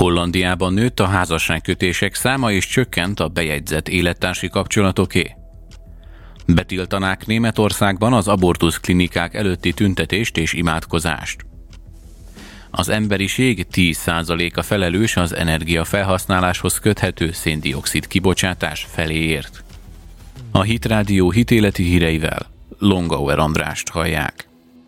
Hollandiában nőtt a házasságkötések száma és csökkent a bejegyzett élettársi kapcsolatoké. Betiltanák Németországban az abortusz klinikák előtti tüntetést és imádkozást. Az emberiség 10%-a felelős az energiafelhasználáshoz köthető szén-dioxid kibocsátás feléért. A Hitrádió hitéleti híreivel Longauer Andrást hallják.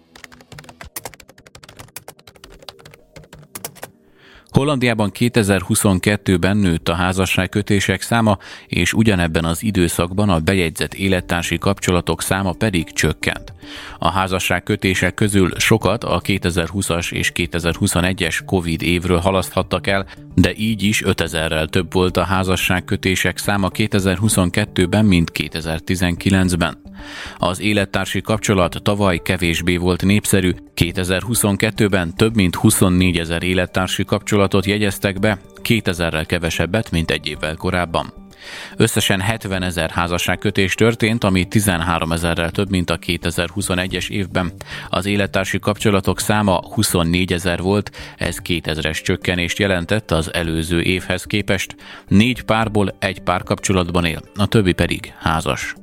Hollandiában 2022-ben nőtt a házasságkötések száma, és ugyanebben az időszakban a bejegyzett élettársi kapcsolatok száma pedig csökkent. A házasságkötések közül sokat a 2020-as és 2021-es Covid évről halaszthattak el, de így is 5000-rel több volt a házasságkötések száma 2022-ben, mint 2019-ben. Az élettársi kapcsolat tavaly kevésbé volt népszerű, 2022-ben több mint 24 000 élettársi kapcsolatot jegyeztek be, 2000-rel kevesebbet, mint egy évvel korábban. Összesen 70 000 házasságkötés történt, ami 13 000-rel több, mint a 2021-es évben. Az élettársi kapcsolatok száma 24 000 volt, ez 2000-es csökkenést jelentett az előző évhez képest. 4 párból 1 párkapcsolatban él, a többi pedig házas.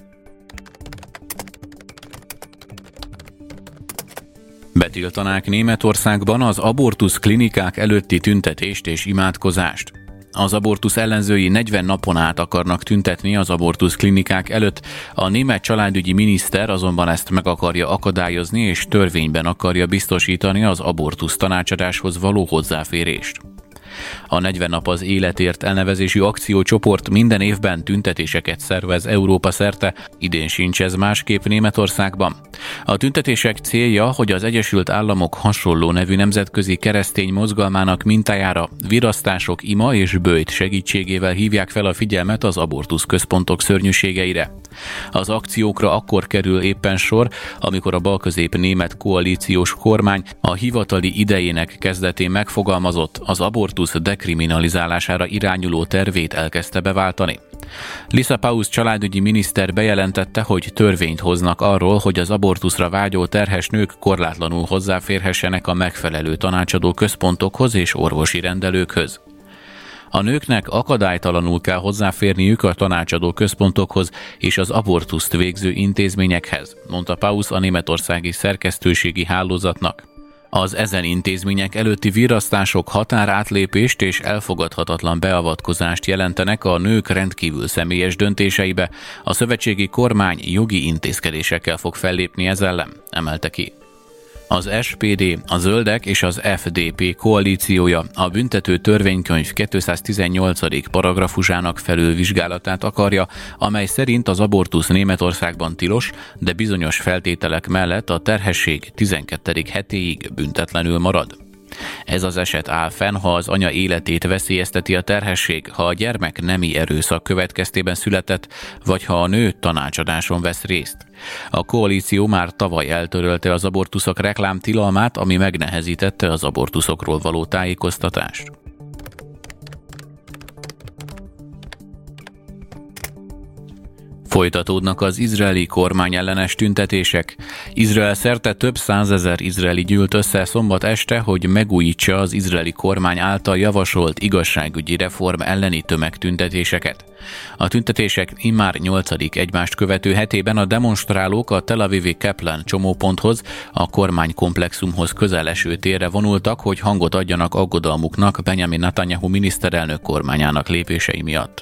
Betiltanák Németországban az abortusz klinikák előtti tüntetést és imádkozást. Az abortusz ellenzői 40 napon át akarnak tüntetni az abortusz klinikák előtt, a német családügyi miniszter azonban ezt meg akarja akadályozni és törvényben akarja biztosítani az abortusz tanácsadáshoz való hozzáférést. A 40 nap az életért elnevezésű akciócsoport minden évben tüntetéseket szervez Európa szerte, idén sincs ez másképp Németországban. A tüntetések célja, hogy az Egyesült Államok hasonló nevű nemzetközi keresztény mozgalmának mintájára virasztások, ima és böjt segítségével hívják fel a figyelmet az abortusz központok szörnyűségeire. Az akciókra akkor kerül éppen sor, amikor a balközép német koalíciós kormány a hivatali idejének kezdetén megfogalmazott, az abortusz dekriminalizálására irányuló tervét elkezdte beváltani. Lisa Paus családügyi miniszter bejelentette, hogy törvényt hoznak arról, hogy az abortuszra vágyó terhes nők korlátlanul hozzáférhessenek a megfelelő tanácsadó központokhoz és orvosi rendelőkhöz. A nőknek akadálytalanul kell hozzáférniük a tanácsadó központokhoz és az abortuszt végző intézményekhez, mondta Paus a németországi szerkesztőségi hálózatnak. Az ezen intézmények előtti virrasztások határátlépést és elfogadhatatlan beavatkozást jelentenek a nők rendkívül személyes döntéseibe, a szövetségi kormány jogi intézkedésekkel fog fellépni ez ellen, emelte ki. Az SPD, a Zöldek és az FDP koalíciója a büntető törvénykönyv 218. paragrafusának felülvizsgálatát akarja, amely szerint az abortusz Németországban tilos, de bizonyos feltételek mellett a terhesség 12. hetéig büntetlenül marad. Ez az eset áll fenn, ha az anya életét veszélyezteti a terhesség, ha a gyermek nemi erőszak következtében született, vagy ha a nő tanácsadáson vesz részt. A koalíció már tavaly eltörölte az abortuszok reklámtilalmát, ami megnehezítette az abortuszokról való tájékoztatást. Folytatódnak az izraeli kormányellenes tüntetések. Izrael szerte több százezer izraeli gyűlt össze szombat este, hogy megújítsa az izraeli kormány által javasolt igazságügyi reform elleni tömegtüntetéseket. A tüntetések immár 8. egymást követő hetében a demonstrálók a Tel Avivi Kaplan csomóponthoz, a kormánykomplexumhoz közel eső térre vonultak, hogy hangot adjanak aggodalmuknak Benjamin Netanyahu miniszterelnök kormányának lépései miatt.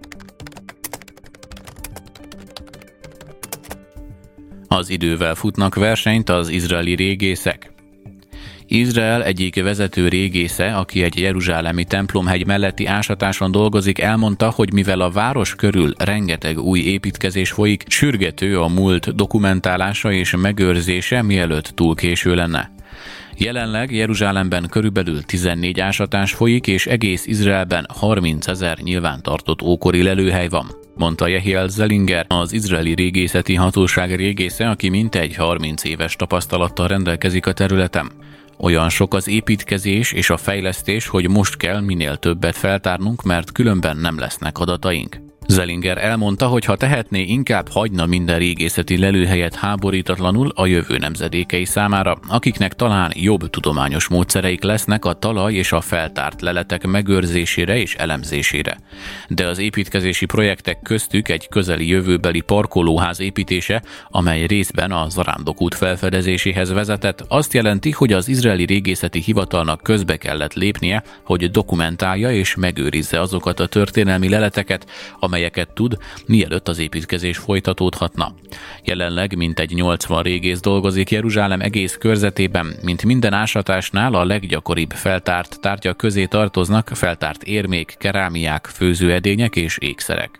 Az idővel futnak versenyt az izraeli régészek. Izrael egyik vezető régésze, aki egy jeruzsálemi templomhegy melletti ásatáson dolgozik, elmondta, hogy mivel a város körül rengeteg új építkezés folyik, sürgető a múlt dokumentálása és megőrzése, mielőtt túl késő lenne. Jelenleg Jeruzsálemben körülbelül 14 ásatás folyik, és egész Izraelben 30 000 nyilvántartott ókori lelőhely van, mondta Yehiel Zellinger, az izraeli régészeti hatóság régésze, aki mintegy 30 éves tapasztalattal rendelkezik a területen. Olyan sok az építkezés és a fejlesztés, hogy most kell minél többet feltárnunk, mert különben nem lesznek adataink. Zellinger elmondta, hogy ha tehetné, inkább hagyna minden régészeti lelőhelyet háborítatlanul a jövő nemzedékei számára, akiknek talán jobb tudományos módszereik lesznek a talaj és a feltárt leletek megőrzésére és elemzésére. De az építkezési projektek köztük egy közeli jövőbeli parkolóház építése, amely részben a Zarándok út felfedezéséhez vezetett, azt jelenti, hogy az izraeli régészeti hivatalnak közbe kellett lépnie, hogy dokumentálja és megőrizze azokat a történelmi leleteket, amelyeket tud, mielőtt az építkezés folytatódhatna. Jelenleg mintegy 80 régész dolgozik Jeruzsálem egész körzetében, mint minden ásatásnál a leggyakoribb feltárt tárgyak közé tartoznak feltárt érmék, kerámiák, főzőedények és ékszerek.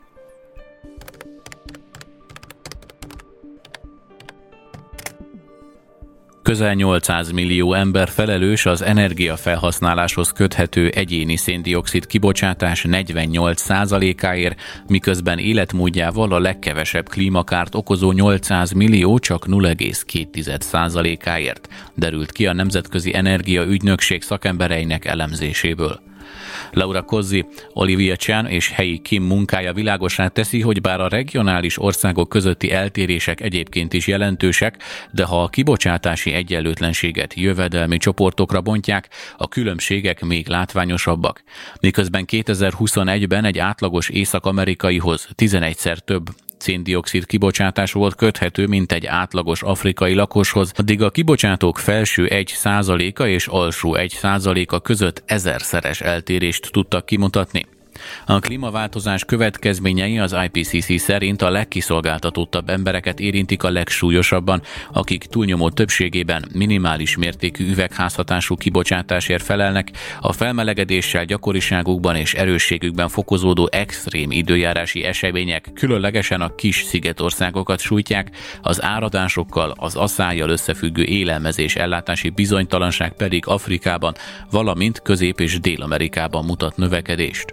Közel 800 millió ember felelős az energiafelhasználáshoz köthető egyéni szén-dioxid kibocsátás 48%-áért, miközben életmódjával a legkevesebb klímakárt okozó 800 millió csak 0,2%-áért, derült ki a Nemzetközi Energiaügynökség szakembereinek elemzéséből. Laura Kozzi, Olivia Chan és Hei Kim munkája világossá teszi, hogy bár a regionális országok közötti eltérések egyébként is jelentősek, de ha a kibocsátási egyenlőtlenséget jövedelmi csoportokra bontják, a különbségek még látványosabbak. Miközben 2021-ben egy átlagos észak-amerikaihoz 11-szer több szén-dioxid kibocsátás volt köthető, mint egy átlagos afrikai lakoshoz, addig a kibocsátók felső 1%-a és alsó 1%-a között 1000-szeres eltérést tudtak kimutatni. A klímaváltozás következményei az IPCC szerint a legkiszolgáltatottabb embereket érintik a legsúlyosabban, akik túlnyomó többségében minimális mértékű üvegházhatású kibocsátásért felelnek, a felmelegedéssel gyakoriságukban és erősségükben fokozódó extrém időjárási események különlegesen a kis szigetországokat sújtják, az áradásokkal, az asszállyal összefüggő élelmezés ellátási bizonytalanság pedig Afrikában, valamint Közép- és Dél-Amerikában mutat növekedést.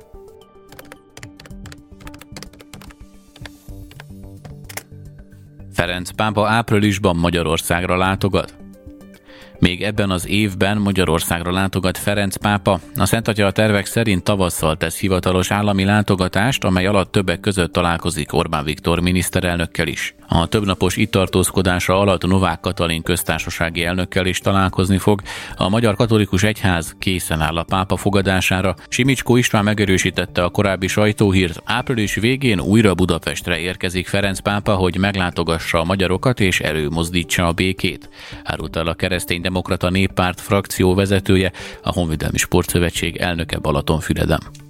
Ferenc pápa áprilisban Magyarországra látogat. Még ebben az évben Magyarországra látogat Ferenc pápa. A Szentatya a tervek szerint tavasszal tesz hivatalos állami látogatást, amely alatt többek között találkozik Orbán Viktor miniszterelnökkel is. A többnapos itt tartózkodása alatt Novák Katalin köztársasági elnökkel is találkozni fog. A Magyar Katolikus Egyház készen áll a pápa fogadására. Simicskó István megerősítette a korábbi sajtóhírt. Április végén újra Budapestre érkezik Ferenc pápa, hogy meglátogassa a magyarokat és előmozdítsa a békét. Árult el a Kereszténydemokrata Néppárt frakció vezetője, a Honvédelmi Sportszövetség elnöke Balatonfüreden.